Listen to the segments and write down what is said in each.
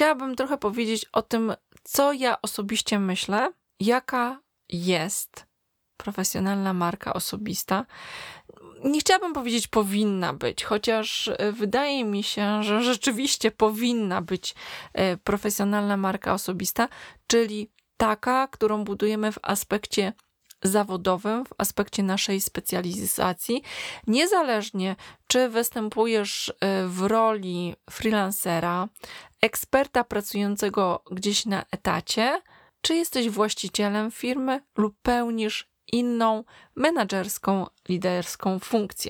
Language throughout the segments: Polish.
chciałabym trochę powiedzieć o tym, co ja osobiście myślę, jaka jest profesjonalna marka osobista. Nie chciałabym powiedzieć powinna być, chociaż wydaje mi się, że rzeczywiście powinna być profesjonalna marka osobista, czyli taka, którą budujemy w aspekcie zawodowym, w aspekcie naszej specjalizacji, niezależnie czy występujesz w roli freelancera, eksperta pracującego gdzieś na etacie, czy jesteś właścicielem firmy lub pełnisz inną menedżerską, liderską funkcję.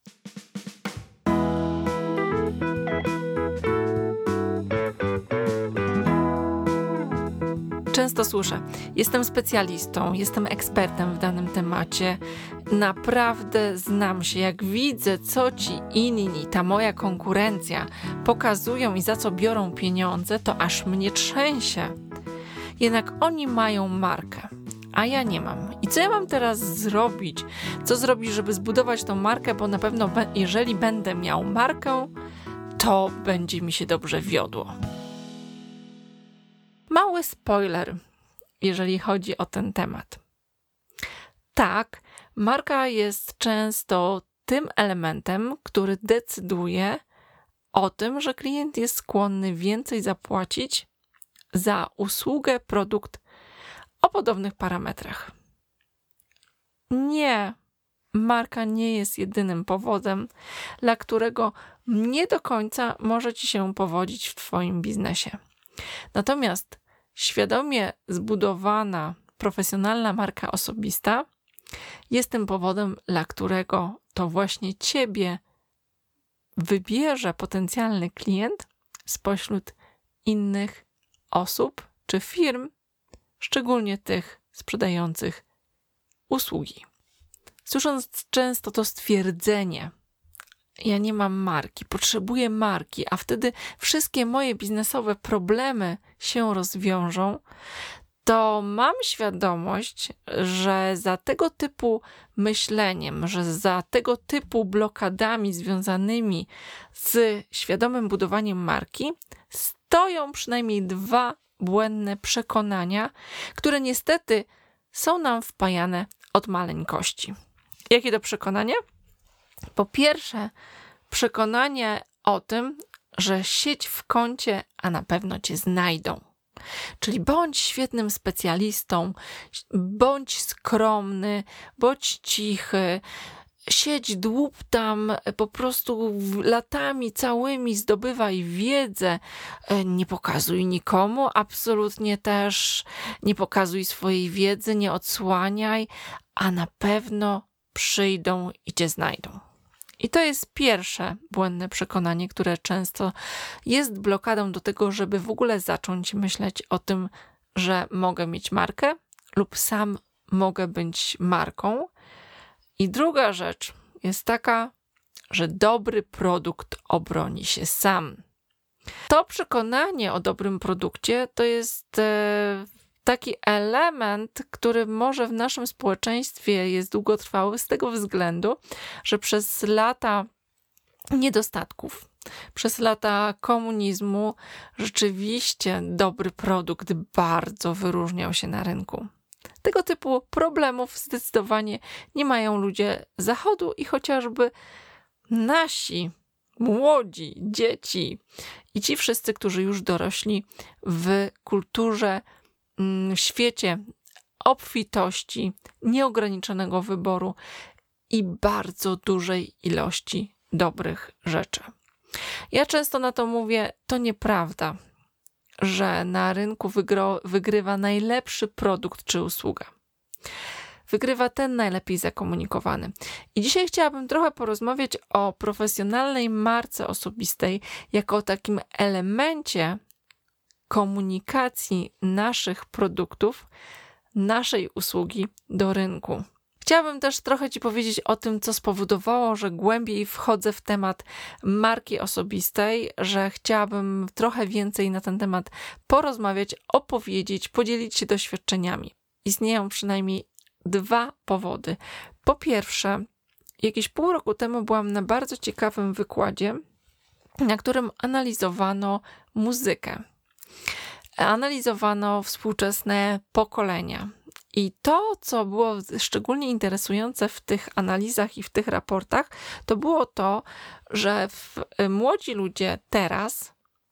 Często słyszę, jestem specjalistą, jestem ekspertem w danym temacie, naprawdę znam się, jak widzę, co ci inni, ta moja konkurencja pokazują i za co biorą pieniądze, to aż mnie trzęsie. Jednak oni mają markę, a ja nie mam. I co ja mam teraz zrobić? Co zrobić, żeby zbudować tą markę, bo na pewno jeżeli będę miał markę, to będzie mi się dobrze wiodło. Mały spoiler, jeżeli chodzi o ten temat. Tak, marka jest często tym elementem, który decyduje o tym, że klient jest skłonny więcej zapłacić za usługę, produkt o podobnych parametrach. Nie, marka nie jest jedynym powodem, dla którego nie do końca może ci się powodzić w twoim biznesie. Natomiast świadomie zbudowana, profesjonalna marka osobista jest tym powodem, dla którego to właśnie ciebie wybierze potencjalny klient spośród innych osób czy firm, szczególnie tych sprzedających usługi. Słysząc często to stwierdzenie, ja nie mam marki, potrzebuję marki, a wtedy wszystkie moje biznesowe problemy się rozwiążą, to mam świadomość, że za tego typu myśleniem, że za tego typu blokadami związanymi z świadomym budowaniem marki stoją przynajmniej dwa błędne przekonania, które niestety są nam wpajane od maleńkości. Jakie to przekonanie? Po pierwsze, przekonanie o tym, że siedź w kącie, a na pewno cię znajdą. Czyli bądź świetnym specjalistą, bądź skromny, bądź cichy, siedź, dłub tam, po prostu latami całymi zdobywaj wiedzę, nie pokazuj nikomu, absolutnie też nie pokazuj swojej wiedzy, nie odsłaniaj, a na pewno przyjdą i cię znajdą. I to jest pierwsze błędne przekonanie, które często jest blokadą do tego, żeby w ogóle zacząć myśleć o tym, że mogę mieć markę lub sam mogę być marką. I druga rzecz jest taka, że dobry produkt obroni się sam. To przekonanie o dobrym produkcie to jest taki element, który może w naszym społeczeństwie jest długotrwały z tego względu, że przez lata niedostatków, przez lata komunizmu rzeczywiście dobry produkt bardzo wyróżniał się na rynku. Tego typu problemów zdecydowanie nie mają ludzie Zachodu i chociażby nasi młodzi, dzieci i ci wszyscy, którzy już dorośli w kulturze, w świecie obfitości, nieograniczonego wyboru i bardzo dużej ilości dobrych rzeczy. Ja często na to mówię, to nieprawda, że na rynku wygrywa najlepszy produkt czy usługa. Wygrywa ten najlepiej zakomunikowany. I dzisiaj chciałabym trochę porozmawiać o profesjonalnej marce osobistej jako o takim elemencie komunikacji naszych produktów, naszej usługi do rynku. Chciałabym też trochę Ci powiedzieć o tym, co spowodowało, że głębiej wchodzę w temat marki osobistej, że chciałabym trochę więcej na ten temat porozmawiać, opowiedzieć, podzielić się doświadczeniami. Istnieją przynajmniej dwa powody. Po pierwsze, jakieś pół roku temu byłam na bardzo ciekawym wykładzie, na którym analizowano muzykę. analizowano współczesne pokolenia. I to, co było szczególnie interesujące w tych analizach i w tych raportach, to było to, że młodzi ludzie teraz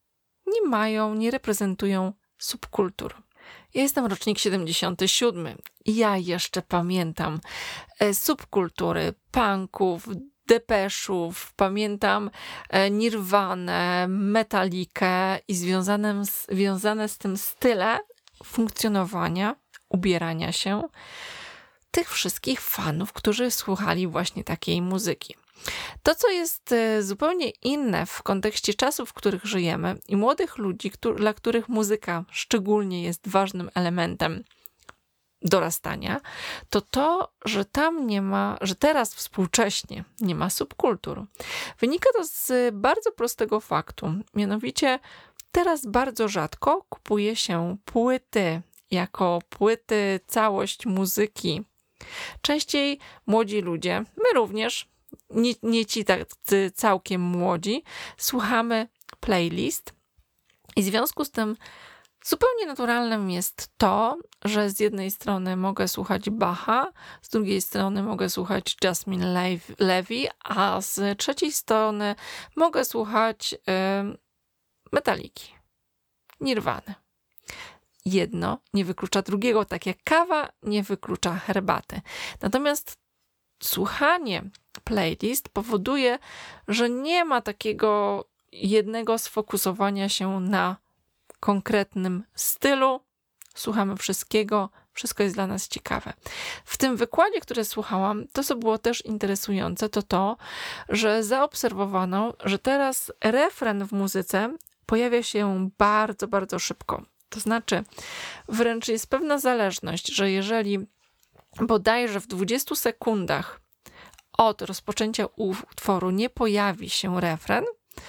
nie reprezentują subkultur. Ja jestem rocznik 77 i ja jeszcze pamiętam subkultury punków, Depeszów, pamiętam Nirvanę, Metallicę i związane z tym style funkcjonowania, ubierania się tych wszystkich fanów, którzy słuchali właśnie takiej muzyki. To, co jest zupełnie inne w kontekście czasów, w których żyjemy i młodych ludzi, dla których muzyka szczególnie jest ważnym elementem dorastania, to, że tam nie ma, że teraz współcześnie nie ma subkultur. Wynika to z bardzo prostego faktu. Mianowicie teraz bardzo rzadko kupuje się płyty jako płyty, całość muzyki. Częściej młodzi ludzie, my również, nie ci tacy całkiem młodzi, słuchamy playlist i w związku z tym zupełnie naturalnym jest to, że z jednej strony mogę słuchać Bacha, z drugiej strony mogę słuchać Jasmine Levy, a z trzeciej strony mogę słuchać Metaliki, Nirwany. Jedno nie wyklucza drugiego, tak jak kawa nie wyklucza herbaty. Natomiast słuchanie playlist powoduje, że nie ma takiego jednego sfokusowania się na konkretnym stylu. Słuchamy wszystkiego, wszystko jest dla nas ciekawe. W tym wykładzie, który słuchałam, to co było też interesujące, to, że zaobserwowano, że teraz refren w muzyce pojawia się bardzo, bardzo szybko. To znaczy, wręcz jest pewna zależność, że jeżeli bodajże w 20 sekundach od rozpoczęcia utworu nie pojawi się refren,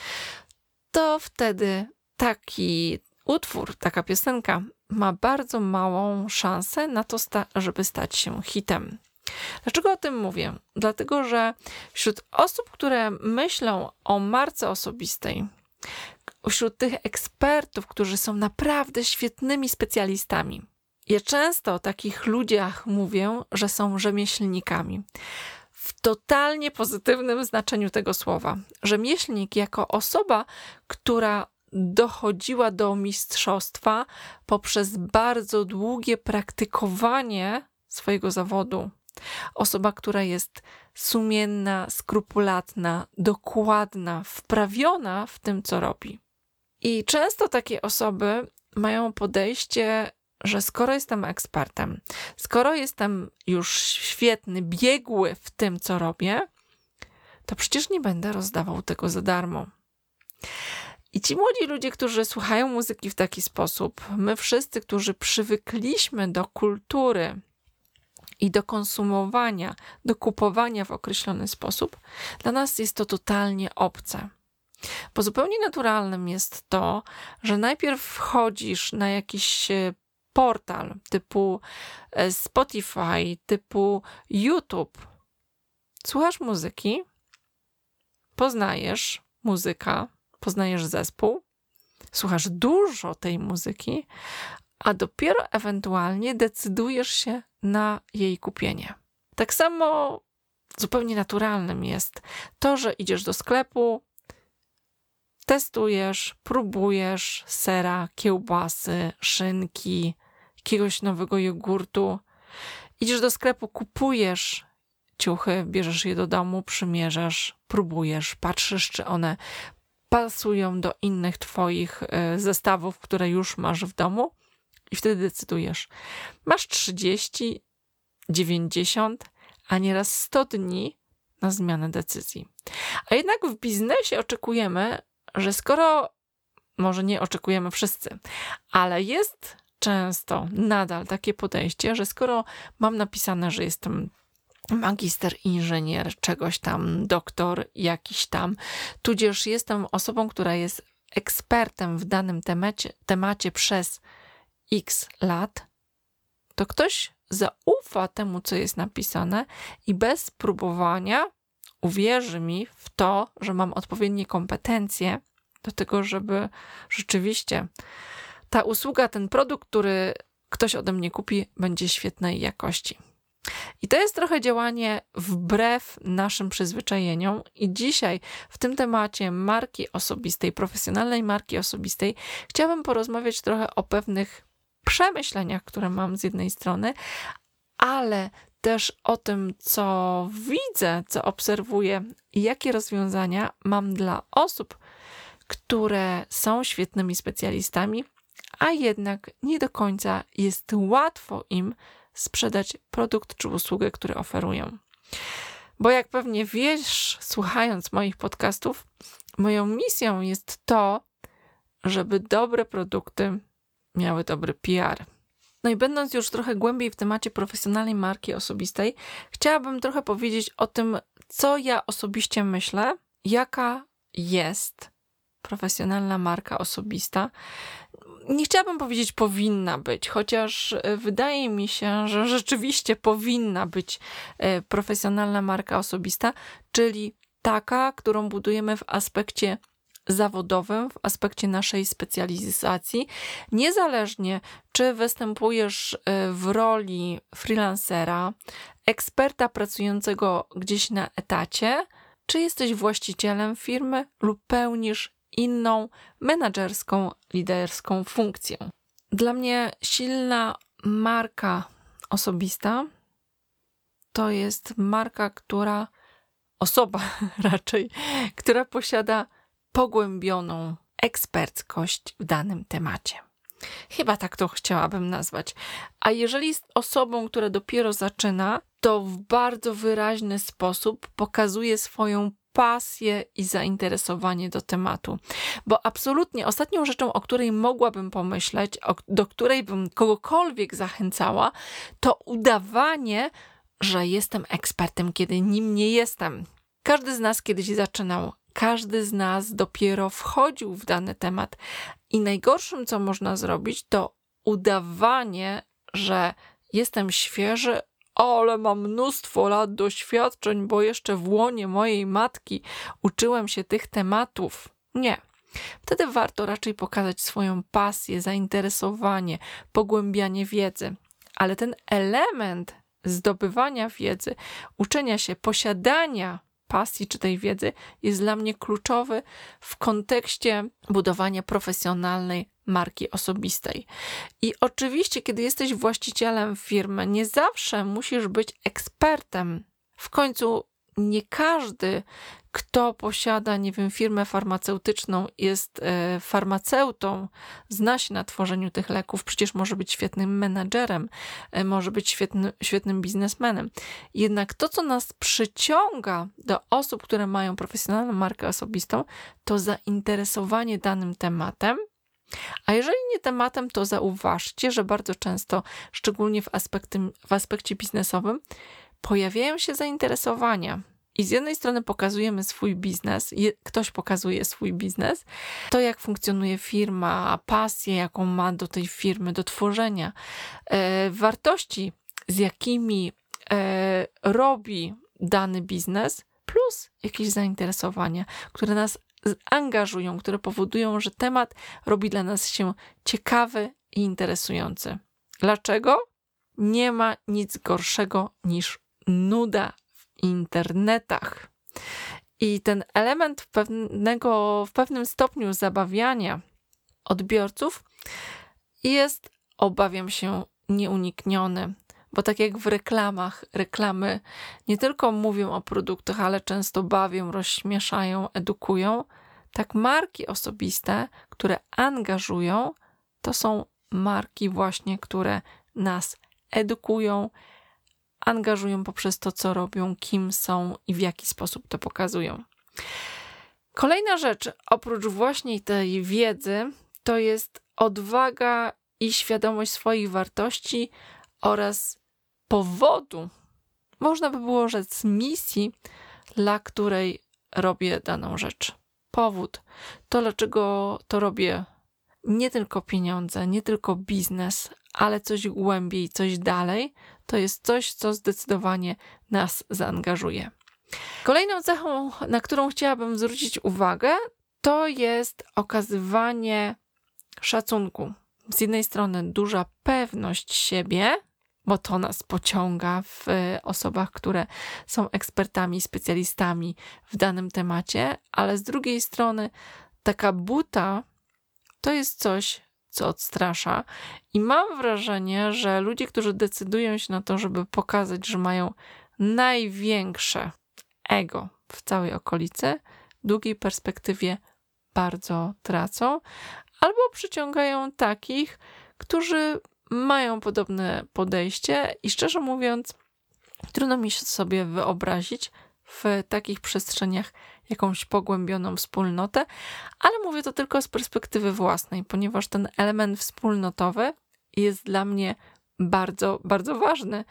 to wtedy taki utwór, taka piosenka ma bardzo małą szansę na to, żeby stać się hitem. Dlaczego o tym mówię? Dlatego, że wśród osób, które myślą o marce osobistej, wśród tych ekspertów, którzy są naprawdę świetnymi specjalistami, ja często o takich ludziach mówię, że są rzemieślnikami. W totalnie pozytywnym znaczeniu tego słowa. Rzemieślnik jako osoba, która dochodziła do mistrzostwa poprzez bardzo długie praktykowanie swojego zawodu. Osoba, która jest sumienna, skrupulatna, dokładna, wprawiona w tym, co robi. I często takie osoby mają podejście, że skoro jestem ekspertem, skoro jestem już świetny, biegły w tym, co robię, to przecież nie będę rozdawał tego za darmo. I ci młodzi ludzie, którzy słuchają muzyki w taki sposób, my wszyscy, którzy przywykliśmy do kultury i do konsumowania, do kupowania w określony sposób, dla nas jest to totalnie obce. Bo zupełnie naturalnym jest to, że najpierw wchodzisz na jakiś portal typu Spotify, typu YouTube, słuchasz muzyki, poznajesz muzyka, poznajesz zespół, słuchasz dużo tej muzyki, a dopiero ewentualnie decydujesz się na jej kupienie. Tak samo zupełnie naturalnym jest to, że idziesz do sklepu, testujesz, próbujesz sera, kiełbasy, szynki, jakiegoś nowego jogurtu. Idziesz do sklepu, kupujesz ciuchy, bierzesz je do domu, przymierzasz, próbujesz, patrzysz, czy one pasują do innych twoich zestawów, które już masz w domu i wtedy decydujesz. Masz 30, 90, a nieraz 100 dni na zmianę decyzji. A jednak w biznesie oczekujemy, że skoro, może nie oczekujemy wszyscy, ale jest często nadal takie podejście, że skoro mam napisane, że jestem magister, inżynier, czegoś tam, doktor jakiś tam, tudzież jestem osobą, która jest ekspertem w danym temacie przez x lat, to ktoś zaufa temu, co jest napisane i bez próbowania uwierzy mi w to, że mam odpowiednie kompetencje do tego, żeby rzeczywiście ta usługa, ten produkt, który ktoś ode mnie kupi, będzie świetnej jakości. I to jest trochę działanie wbrew naszym przyzwyczajeniom i dzisiaj w tym temacie marki osobistej, profesjonalnej marki osobistej chciałabym porozmawiać trochę o pewnych przemyśleniach, które mam z jednej strony, ale też o tym, co widzę, co obserwuję i jakie rozwiązania mam dla osób, które są świetnymi specjalistami, a jednak nie do końca jest łatwo im sprzedać produkt czy usługę, który oferują. Bo jak pewnie wiesz, słuchając moich podcastów, moją misją jest to, żeby dobre produkty miały dobry PR. No i będąc już trochę głębiej w temacie profesjonalnej marki osobistej, chciałabym trochę powiedzieć o tym, co ja osobiście myślę, jaka jest profesjonalna marka osobista. Nie chciałabym powiedzieć powinna być, chociaż wydaje mi się, że rzeczywiście powinna być profesjonalna marka osobista, czyli taka, którą budujemy w aspekcie zawodowym, w aspekcie naszej specjalizacji, niezależnie czy występujesz w roli freelancera, eksperta pracującego gdzieś na etacie, czy jesteś właścicielem firmy lub pełnisz inną menedżerską, liderską funkcję. Dla mnie silna marka osobista to jest marka, osoba raczej, która posiada pogłębioną eksperckość w danym temacie. Chyba tak to chciałabym nazwać. A jeżeli jest osobą, która dopiero zaczyna, to w bardzo wyraźny sposób pokazuje swoją pasję i zainteresowanie do tematu. Bo absolutnie ostatnią rzeczą, o której mogłabym pomyśleć, do której bym kogokolwiek zachęcała, to udawanie, że jestem ekspertem, kiedy nim nie jestem. Każdy z nas kiedyś zaczynał. Każdy z nas dopiero wchodził w dany temat i najgorszym, co można zrobić, to udawanie, że jestem świeży, ale mam mnóstwo lat doświadczeń, bo jeszcze w łonie mojej matki uczyłem się tych tematów. Nie. Wtedy warto raczej pokazać swoją pasję, zainteresowanie, pogłębianie wiedzy. Ale ten element zdobywania wiedzy, uczenia się, posiadania pasji czy tej wiedzy jest dla mnie kluczowy w kontekście budowania profesjonalnej marki osobistej. I oczywiście, kiedy jesteś właścicielem firmy, nie zawsze musisz być ekspertem. W końcu nie każdy, kto posiada, firmę farmaceutyczną, jest farmaceutą, zna się na tworzeniu tych leków, przecież może być świetnym menadżerem, może być świetnym biznesmenem. Jednak to, co nas przyciąga do osób, które mają profesjonalną markę osobistą, to zainteresowanie danym tematem. A jeżeli nie tematem, to zauważcie, że bardzo często, szczególnie w aspekcie biznesowym, pojawiają się zainteresowania. I z jednej strony pokazujemy swój biznes, ktoś pokazuje swój biznes, to jak funkcjonuje firma, pasję, jaką ma do tej firmy, do tworzenia, wartości, z jakimi robi dany biznes, plus jakieś zainteresowania, które nas angażują, które powodują, że temat robi dla nas się ciekawy i interesujący. Dlaczego? Nie ma nic gorszego niż nuda w internetach. I ten element w pewnym stopniu zabawiania odbiorców jest, obawiam się, nieunikniony. Bo tak jak w reklamach, reklamy nie tylko mówią o produktach, ale często bawią, rozśmieszają, edukują, tak marki osobiste, które angażują, to są marki właśnie, które nas edukują, angażują poprzez to, co robią, kim są i w jaki sposób to pokazują. Kolejna rzecz, oprócz właśnie tej wiedzy, to jest odwaga i świadomość swoich wartości oraz powodu, można by było rzec misji, dla której robię daną rzecz. Powód, to dlaczego to robię, nie tylko pieniądze, nie tylko biznes, ale coś głębiej, coś dalej, to jest coś, co zdecydowanie nas zaangażuje. Kolejną cechą, na którą chciałabym zwrócić uwagę, to jest okazywanie szacunku. z jednej strony duża pewność siebie, bo to nas pociąga w osobach, które są ekspertami, specjalistami w danym temacie, ale z drugiej strony taka buta to jest coś, co odstrasza i mam wrażenie, że ludzie, którzy decydują się na to, żeby pokazać, że mają największe ego w całej okolicy, w długiej perspektywie bardzo tracą albo przyciągają takich, którzy mają podobne podejście i szczerze mówiąc, trudno mi się sobie wyobrazić w takich przestrzeniach jakąś pogłębioną wspólnotę, ale mówię to tylko z perspektywy własnej, ponieważ ten element wspólnotowy jest dla mnie bardzo, bardzo ważny,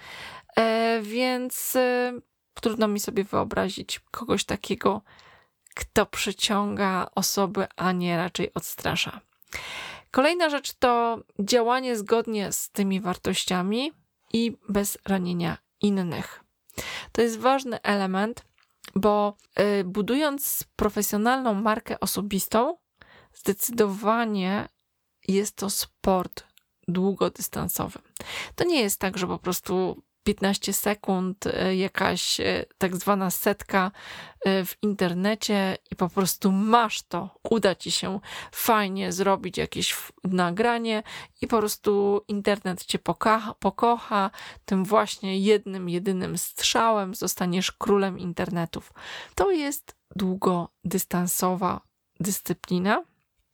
więc trudno mi sobie wyobrazić kogoś takiego, kto przyciąga osoby, a nie raczej odstrasza. Kolejna rzecz to działanie zgodnie z tymi wartościami i bez ranienia innych. To jest ważny element, bo budując profesjonalną markę osobistą, zdecydowanie jest to sport długodystansowy. To nie jest tak, że po prostu 15 sekund, jakaś tak zwana setka w internecie i po prostu masz to, uda ci się fajnie zrobić jakieś nagranie i po prostu internet cię pokocha, tym właśnie jednym, jedynym strzałem zostaniesz królem internetów. To jest długodystansowa dyscyplina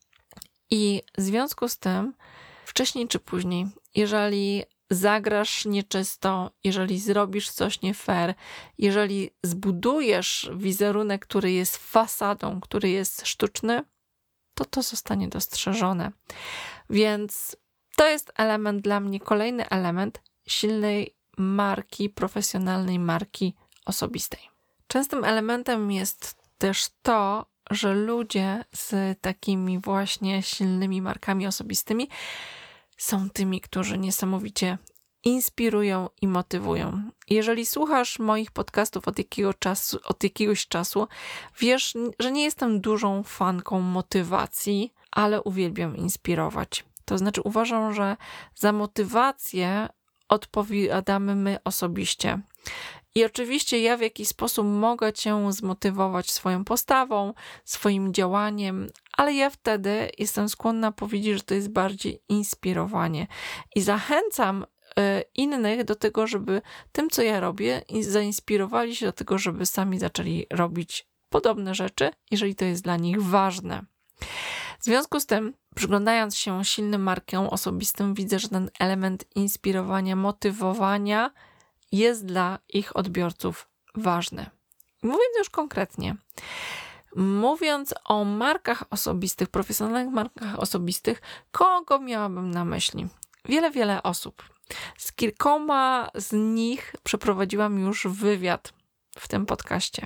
i w związku z tym wcześniej czy później, jeżeli zagrasz nieczysto, jeżeli zrobisz coś nie fair, jeżeli zbudujesz wizerunek, który jest fasadą, który jest sztuczny, to zostanie dostrzeżone. Więc to jest element dla mnie, kolejny element silnej marki, profesjonalnej marki osobistej. Częstym elementem jest też to, że ludzie z takimi właśnie silnymi markami osobistymi są tymi, którzy niesamowicie inspirują i motywują. Jeżeli słuchasz moich podcastów od jakiegoś czasu, wiesz, że nie jestem dużą fanką motywacji, ale uwielbiam inspirować. To znaczy uważam, że za motywację odpowiadamy my osobiście. I oczywiście ja w jakiś sposób mogę cię zmotywować swoją postawą, swoim działaniem, ale ja wtedy jestem skłonna powiedzieć, że to jest bardziej inspirowanie. I zachęcam innych do tego, żeby tym, co ja robię, zainspirowali się do tego, żeby sami zaczęli robić podobne rzeczy, jeżeli to jest dla nich ważne. W związku z tym, przyglądając się silnym markom osobistym, widzę, że ten element inspirowania, motywowania jest dla ich odbiorców ważny. Mówiąc już konkretnie, mówiąc o markach osobistych, profesjonalnych markach osobistych, kogo miałabym na myśli? Wiele osób. Z kilkoma z nich przeprowadziłam już wywiad w tym podcaście.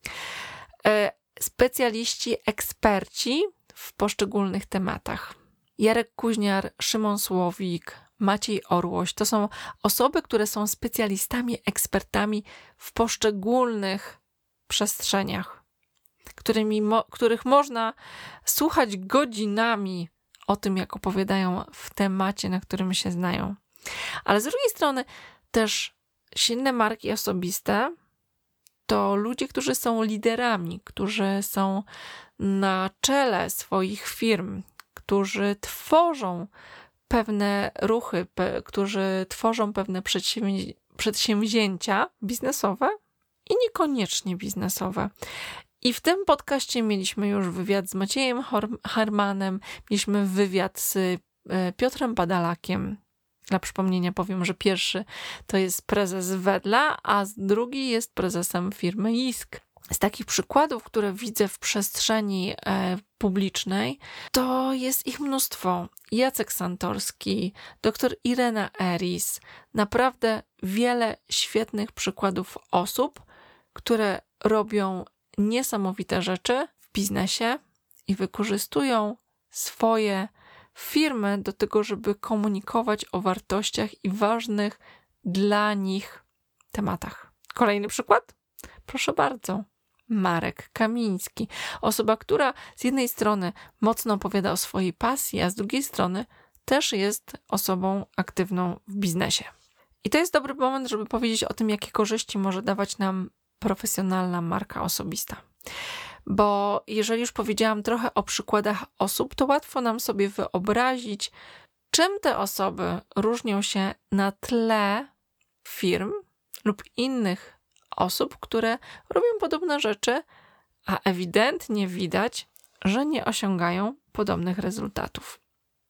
Specjaliści, eksperci w poszczególnych tematach. Jarek Kuźniar, Szymon Słowik, Maciej Orłoś. To są osoby, które są specjalistami, ekspertami w poszczególnych przestrzeniach, których można słuchać godzinami o tym, jak opowiadają w temacie, na którym się znają. Ale z drugiej strony też silne marki osobiste to ludzie, którzy są liderami, którzy są na czele swoich firm, którzy tworzą pewne ruchy, którzy tworzą pewne przedsięwzięcia biznesowe i niekoniecznie biznesowe. I w tym podcaście mieliśmy już wywiad z Maciejem Hermanem, mieliśmy wywiad z Piotrem Badalakiem. Dla przypomnienia powiem, że pierwszy to jest prezes Wedla, a drugi jest prezesem firmy JISK. Z takich przykładów, które widzę w przestrzeni publicznej, to jest ich mnóstwo. Jacek Santorski, dr Irena Eris. Naprawdę wiele świetnych przykładów osób, które robią niesamowite rzeczy w biznesie i wykorzystują swoje firmy do tego, żeby komunikować o wartościach i ważnych dla nich tematach. Kolejny przykład? Proszę bardzo. Marek Kamiński. Osoba, która z jednej strony mocno opowiada o swojej pasji, a z drugiej strony też jest osobą aktywną w biznesie. I to jest dobry moment, żeby powiedzieć o tym, jakie korzyści może dawać nam profesjonalna marka osobista. Bo jeżeli już powiedziałam trochę o przykładach osób, to łatwo nam sobie wyobrazić, czym te osoby różnią się na tle firm lub innych osób, które robią podobne rzeczy, a ewidentnie widać, że nie osiągają podobnych rezultatów.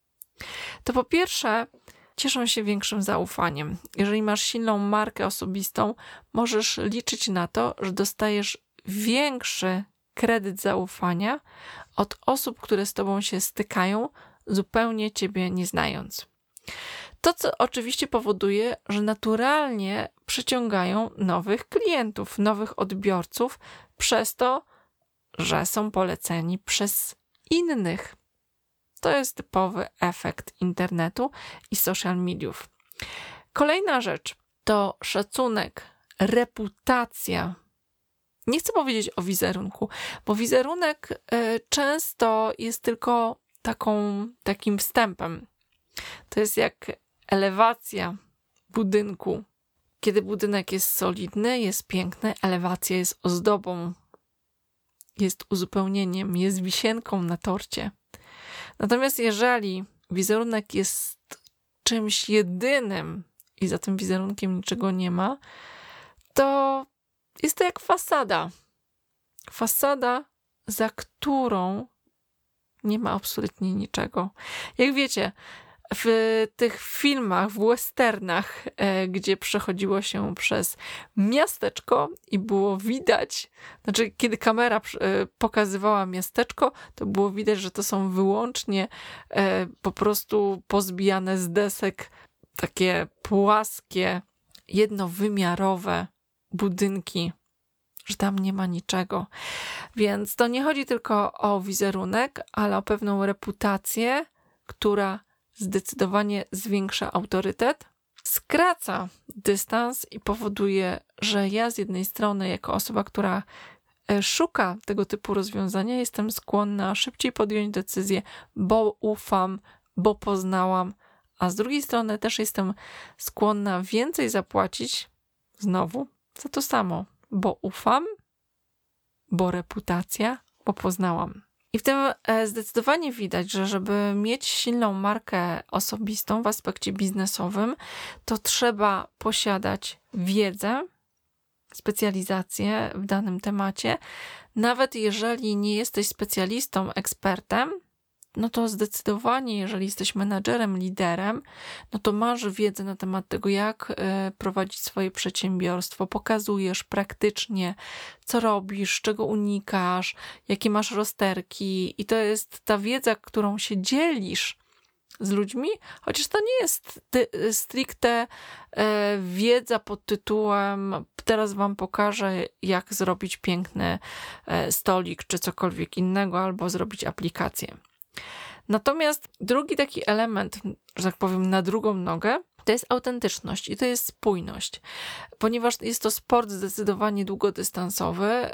To po pierwsze, cieszą się większym zaufaniem. Jeżeli masz silną markę osobistą, możesz liczyć na to, że dostajesz większy kredyt zaufania od osób, które z tobą się stykają, zupełnie ciebie nie znając. To, co oczywiście powoduje, że naturalnie przyciągają nowych klientów, nowych odbiorców, przez to, że są poleceni przez innych. To jest typowy efekt internetu i social mediów. Kolejna rzecz to szacunek, reputacja. Nie chcę powiedzieć o wizerunku, bo wizerunek często jest tylko takim wstępem. To jest jak elewacja budynku. Kiedy budynek jest solidny, jest piękny, elewacja jest ozdobą, jest uzupełnieniem, jest wisienką na torcie. Natomiast jeżeli wizerunek jest czymś jedynym i za tym wizerunkiem niczego nie ma, to jest to jak fasada. Fasada, za którą nie ma absolutnie niczego. Jak wiecie, w tych filmach, w westernach, gdzie przechodziło się przez miasteczko i było widać, znaczy kiedy kamera pokazywała miasteczko, to było widać, że to są wyłącznie po prostu pozbijane z desek takie płaskie, jednowymiarowe budynki, że tam nie ma niczego. Więc to nie chodzi tylko o wizerunek, ale o pewną reputację, która zdecydowanie zwiększa autorytet, skraca dystans i powoduje, że ja z jednej strony jako osoba, która szuka tego typu rozwiązania, jestem skłonna szybciej podjąć decyzję, bo ufam, bo poznałam, a z drugiej strony też jestem skłonna więcej zapłacić, znowu, za to samo, bo ufam, bo reputacja, bo poznałam. I w tym zdecydowanie widać, że żeby mieć silną markę osobistą w aspekcie biznesowym, to trzeba posiadać wiedzę, specjalizację w danym temacie. Nawet jeżeli nie jesteś specjalistą, ekspertem, no to zdecydowanie, jeżeli jesteś menadżerem, liderem, no to masz wiedzę na temat tego, jak prowadzić swoje przedsiębiorstwo, pokazujesz praktycznie, co robisz, czego unikasz, jakie masz rozterki i to jest ta wiedza, którą się dzielisz z ludźmi, chociaż to nie jest stricte wiedza pod tytułem teraz wam pokażę, jak zrobić piękny stolik czy cokolwiek innego, albo zrobić aplikację. Natomiast drugi taki element, że tak powiem, na drugą nogę, to jest autentyczność i to jest spójność. Ponieważ jest to sport zdecydowanie długodystansowy,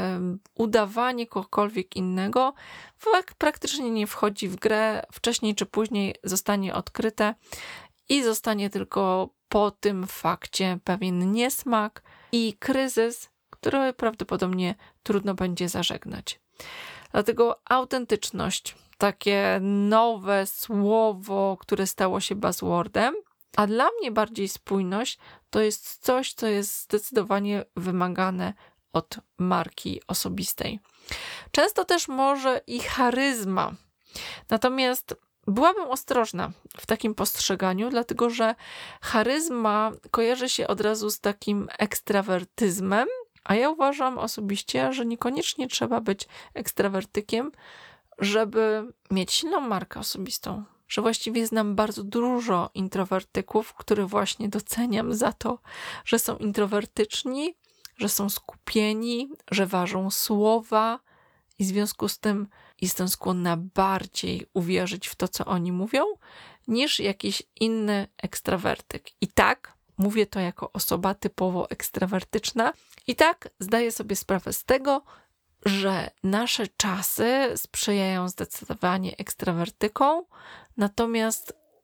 udawanie kogokolwiek innego praktycznie nie wchodzi w grę, wcześniej czy później zostanie odkryte i zostanie tylko po tym fakcie pewien niesmak i kryzys, który prawdopodobnie trudno będzie zażegnać. Dlatego autentyczność, takie nowe słowo, które stało się buzzwordem, a dla mnie bardziej spójność to jest coś, co jest zdecydowanie wymagane od marki osobistej. Często też może i charyzma. Natomiast byłabym ostrożna w takim postrzeganiu, dlatego że charyzma kojarzy się od razu z takim ekstrawertyzmem, a ja uważam osobiście, że niekoniecznie trzeba być ekstrawertykiem, żeby mieć silną markę osobistą. Że właściwie znam bardzo dużo introwertyków, których właśnie doceniam za to, że są introwertyczni, że są skupieni, że ważą słowa i w związku z tym jestem skłonna bardziej uwierzyć w to, co oni mówią, niż jakiś inny ekstrawertyk. I tak, mówię to jako osoba typowo ekstrawertyczna, i tak zdaję sobie sprawę z tego, że nasze czasy sprzyjają zdecydowanie ekstrawertykom, natomiast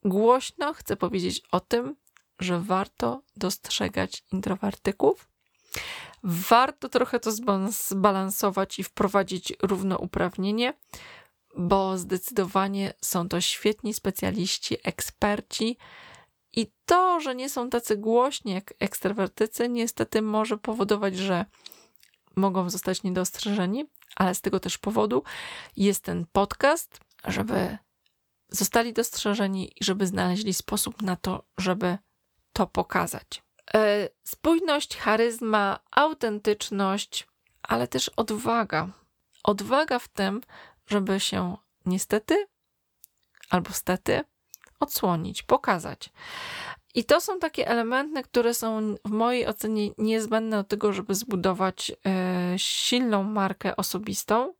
głośno chcę powiedzieć o tym, że warto dostrzegać introwertyków. Warto trochę to zbalansować i wprowadzić równouprawnienie, bo zdecydowanie są to świetni specjaliści, eksperci i to, że nie są tacy głośni jak ekstrawertycy, niestety może powodować, że mogą zostać niedostrzeżeni, ale z tego też powodu jest ten podcast, żeby zostali dostrzeżeni i żeby znaleźli sposób na to, żeby to pokazać. Spójność, charyzma, autentyczność, ale też odwaga. Odwaga w tym, żeby się niestety albo stety odsłonić, pokazać. I to są takie elementy, które są w mojej ocenie niezbędne do tego, żeby zbudować silną markę osobistą.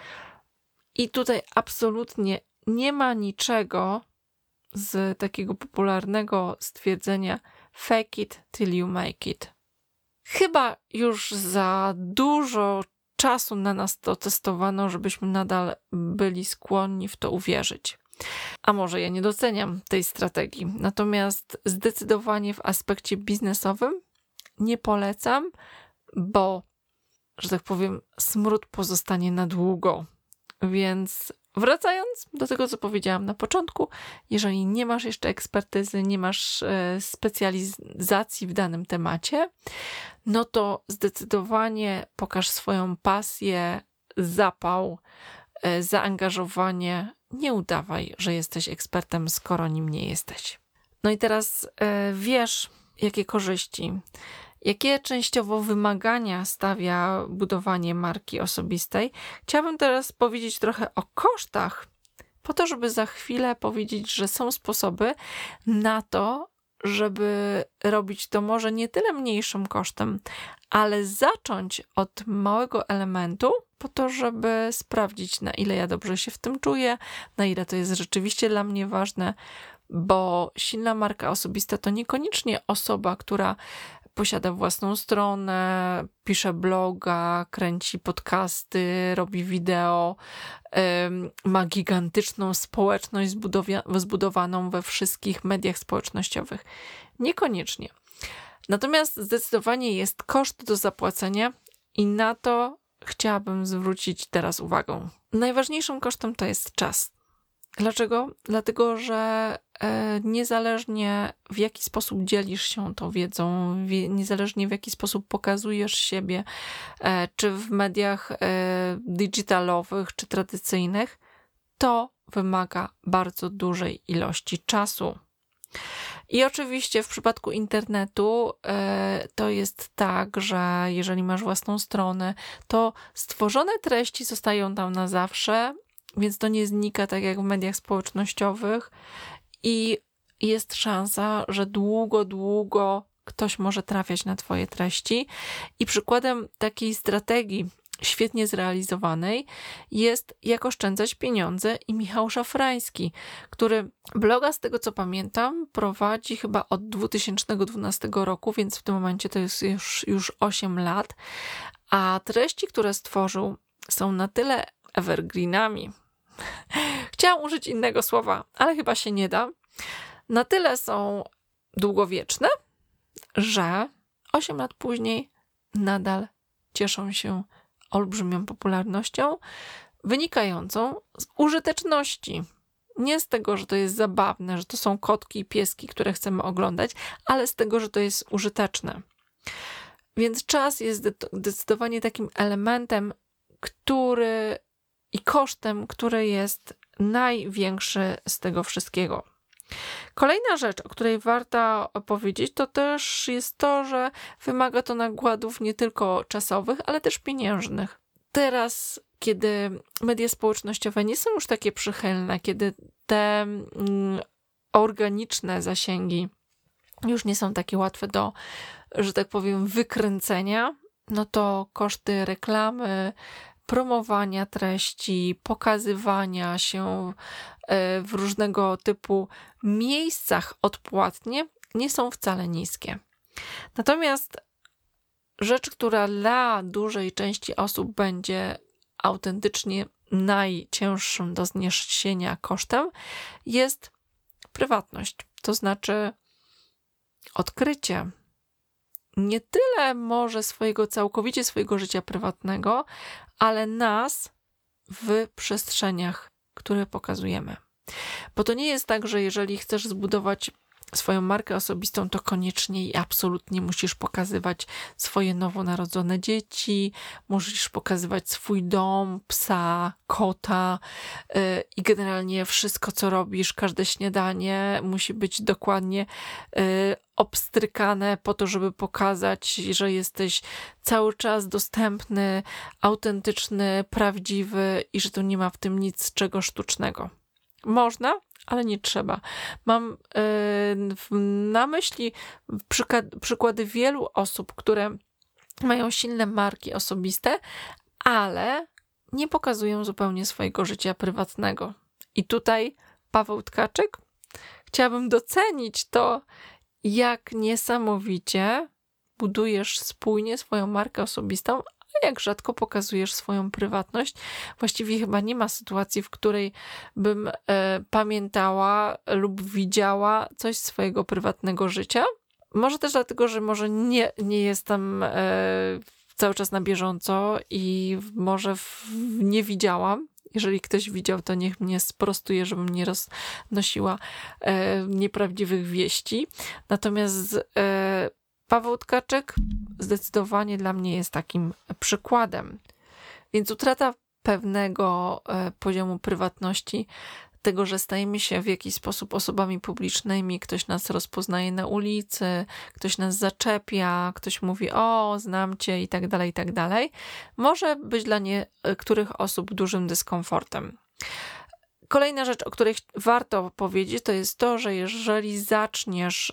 I tutaj absolutnie nie ma niczego z takiego popularnego stwierdzenia fake it till you make it. Chyba już za dużo czasu na nas to testowano, żebyśmy nadal byli skłonni w to uwierzyć. A może ja nie doceniam tej strategii. Natomiast zdecydowanie w aspekcie biznesowym nie polecam, bo, że tak powiem, smród pozostanie na długo. Więc wracając do tego, co powiedziałam na początku, jeżeli nie masz jeszcze ekspertyzy, nie masz specjalizacji w danym temacie, no to zdecydowanie pokaż swoją pasję, zapał, zaangażowanie. Nie udawaj, że jesteś ekspertem, skoro nim nie jesteś. No i teraz wiesz, jakie korzyści, jakie częściowo wymagania stawia budowanie marki osobistej. Chciałabym teraz powiedzieć trochę o kosztach, po to, żeby za chwilę powiedzieć, że są sposoby na to, żeby robić to może nie tyle mniejszym kosztem, ale zacząć od małego elementu, po to, żeby sprawdzić, na ile ja dobrze się w tym czuję, na ile to jest rzeczywiście dla mnie ważne, bo silna marka osobista to niekoniecznie osoba, która posiada własną stronę, pisze bloga, kręci podcasty, robi wideo, ma gigantyczną społeczność zbudowaną we wszystkich mediach społecznościowych. Niekoniecznie. Natomiast zdecydowanie jest koszt do zapłacenia i na to chciałabym zwrócić teraz uwagę. Najważniejszym kosztem to jest czas. Dlaczego? Dlatego, że niezależnie w jaki sposób dzielisz się tą wiedzą, niezależnie w jaki sposób pokazujesz siebie, czy w mediach digitalowych, czy tradycyjnych, to wymaga bardzo dużej ilości czasu. I oczywiście w przypadku internetu to jest tak, że jeżeli masz własną stronę, to stworzone treści zostają tam na zawsze, więc to nie znika tak jak w mediach społecznościowych i jest szansa, że długo ktoś może trafiać na twoje treści. I przykładem takiej strategii świetnie zrealizowanej jest Jak oszczędzać pieniądze i Michał Szafrański, który bloga, z tego co pamiętam, prowadzi chyba od 2012 roku, więc w tym momencie to jest już 8 lat, a treści, które stworzył, są na tyle evergreenami. Chciałam użyć innego słowa, ale chyba się nie da. Na tyle są długowieczne, że 8 lat później nadal cieszą się olbrzymią popularnością, wynikającą z użyteczności. Nie z tego, że to jest zabawne, że to są kotki i pieski, które chcemy oglądać, ale z tego, że to jest użyteczne. Więc czas jest zdecydowanie takim elementem, i kosztem, który jest największy z tego wszystkiego. Kolejna rzecz, o której warto powiedzieć, to też jest to, że wymaga to nakładów nie tylko czasowych, ale też pieniężnych. Teraz, kiedy media społecznościowe nie są już takie przychylne, kiedy te organiczne zasięgi już nie są takie łatwe do, że tak powiem, wykręcenia, no to koszty reklamy, promowania treści, pokazywania się w różnego typu miejscach odpłatnie nie są wcale niskie. Natomiast rzecz, która dla dużej części osób będzie autentycznie najcięższym do zniesienia kosztem, jest prywatność. To znaczy odkrycie nie tyle może całkowicie swojego życia prywatnego, ale nas w przestrzeniach, które pokazujemy. Bo to nie jest tak, że jeżeli chcesz zbudować swoją markę osobistą, to koniecznie i absolutnie musisz pokazywać swoje nowonarodzone dzieci, musisz pokazywać swój dom, psa, kota i generalnie wszystko, co robisz, każde śniadanie musi być dokładnie obstrykane po to, żeby pokazać, że jesteś cały czas dostępny, autentyczny, prawdziwy i że tu nie ma w tym nic czego sztucznego. Można, ale nie trzeba. Mam na myśli przykłady wielu osób, które mają silne marki osobiste, ale nie pokazują zupełnie swojego życia prywatnego. I tutaj Paweł Tkaczyk, chciałabym docenić to, jak niesamowicie budujesz spójnie swoją markę osobistą, a jak rzadko pokazujesz swoją prywatność. Właściwie chyba nie ma sytuacji, w której bym pamiętała lub widziała coś z swojego prywatnego życia. Może też dlatego, że może nie jestem cały czas na bieżąco i może nie widziałam. Jeżeli ktoś widział, to niech mnie sprostuje, żebym nie roznosiła nieprawdziwych wieści. Natomiast Paweł Tkaczyk zdecydowanie dla mnie jest takim przykładem. Więc utrata pewnego poziomu prywatności, tego, że stajemy się w jakiś sposób osobami publicznymi, ktoś nas rozpoznaje na ulicy, ktoś nas zaczepia, ktoś mówi: o, znam cię i tak dalej, może być dla niektórych osób dużym dyskomfortem. Kolejna rzecz, o której warto powiedzieć, to jest to, że jeżeli zaczniesz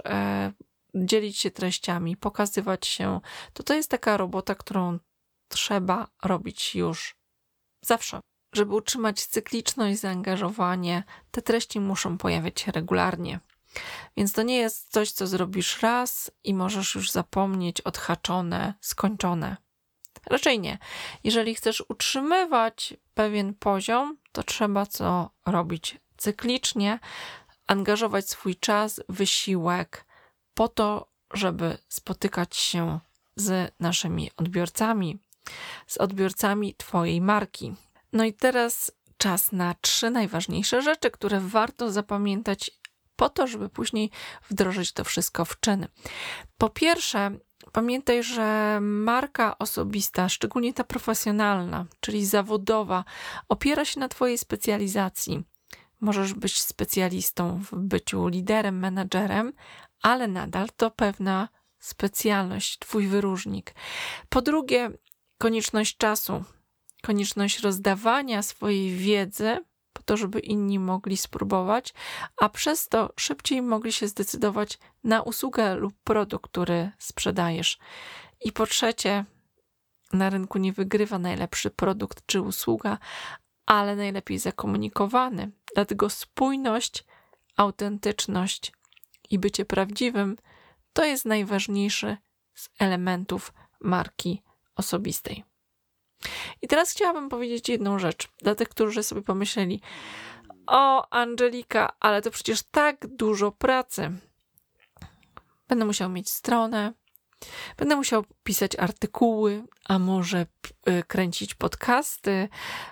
dzielić się treściami, pokazywać się, to jest taka robota, którą trzeba robić już zawsze. Żeby utrzymać cykliczność, zaangażowanie, te treści muszą pojawiać się regularnie. Więc to nie jest coś, co zrobisz raz i możesz już zapomnieć, odhaczone, skończone. Raczej nie. Jeżeli chcesz utrzymywać pewien poziom, to trzeba to robić cyklicznie, angażować swój czas, wysiłek po to, żeby spotykać się z naszymi odbiorcami, z odbiorcami twojej marki. No i teraz czas na 3 najważniejsze rzeczy, które warto zapamiętać po to, żeby później wdrożyć to wszystko w czyn. Po pierwsze, pamiętaj, że marka osobista, szczególnie ta profesjonalna, czyli zawodowa, opiera się na twojej specjalizacji. Możesz być specjalistą w byciu liderem, menadżerem, ale nadal to pewna specjalność, twój wyróżnik. Po drugie, konieczność czasu, konieczność rozdawania swojej wiedzy po to, żeby inni mogli spróbować, a przez to szybciej mogli się zdecydować na usługę lub produkt, który sprzedajesz. I po trzecie, na rynku nie wygrywa najlepszy produkt czy usługa, ale najlepiej zakomunikowany. Dlatego spójność, autentyczność i bycie prawdziwym to jest najważniejszy z elementów marki osobistej. I teraz chciałabym powiedzieć jedną rzecz dla tych, którzy sobie pomyśleli: o, Angelika, ale to przecież tak dużo pracy. Będę musiał mieć stronę, będę musiał pisać artykuły, a może kręcić podcasty,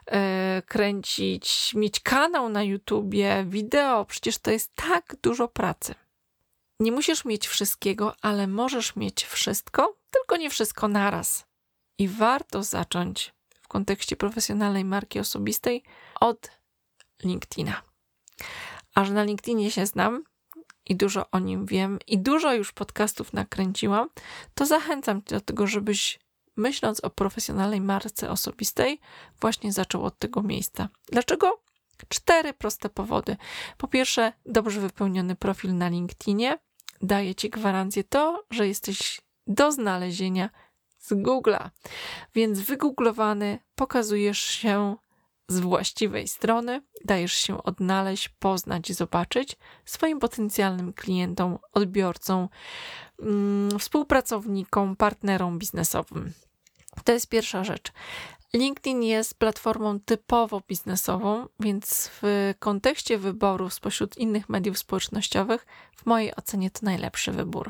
mieć kanał na YouTubie, wideo. Przecież to jest tak dużo pracy. Nie musisz mieć wszystkiego, ale możesz mieć wszystko, tylko nie wszystko naraz. I warto zacząć w kontekście profesjonalnej marki osobistej od LinkedIna. A że na LinkedInie się znam i dużo o nim wiem i dużo już podcastów nakręciłam, to zachęcam cię do tego, żebyś, myśląc o profesjonalnej marce osobistej, właśnie zaczął od tego miejsca. Dlaczego? 4 proste powody. Po pierwsze, dobrze wypełniony profil na LinkedInie daje ci gwarancję to, że jesteś do znalezienia z Google'a. Więc wygooglowany, pokazujesz się z właściwej strony, dajesz się odnaleźć, poznać, zobaczyć swoim potencjalnym klientom, odbiorcom, współpracownikom, partnerom biznesowym. To jest pierwsza rzecz. LinkedIn jest platformą typowo biznesową, więc w kontekście wyboru spośród innych mediów społecznościowych w mojej ocenie to najlepszy wybór.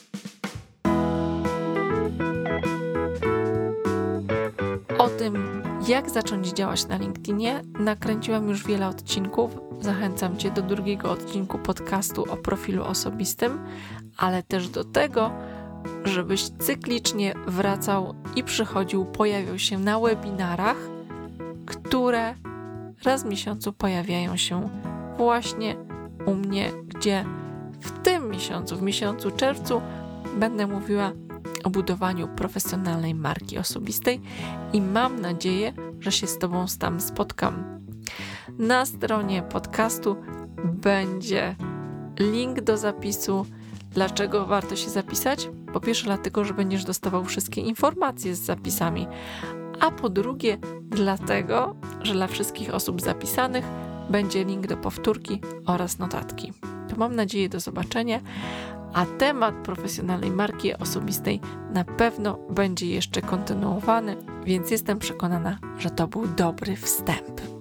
O tym, jak zacząć działać na LinkedInie, nakręciłam już wiele odcinków. Zachęcam Cię do drugiego odcinku podcastu o profilu osobistym, ale też do tego, żebyś cyklicznie wracał i przychodził, pojawiał się na webinarach, które raz w miesiącu pojawiają się właśnie u mnie, gdzie w tym miesiącu, w miesiącu czerwcu, będę mówiła o budowaniu profesjonalnej marki osobistej i mam nadzieję, że się z Tobą tam spotkam. Na stronie podcastu będzie link do zapisu. Dlaczego warto się zapisać? Po pierwsze dlatego, że będziesz dostawał wszystkie informacje z zapisami, a po drugie dlatego, że dla wszystkich osób zapisanych będzie link do powtórki oraz notatki. To mam nadzieję do zobaczenia, a temat profesjonalnej marki osobistej na pewno będzie jeszcze kontynuowany, więc jestem przekonana, że to był dobry wstęp.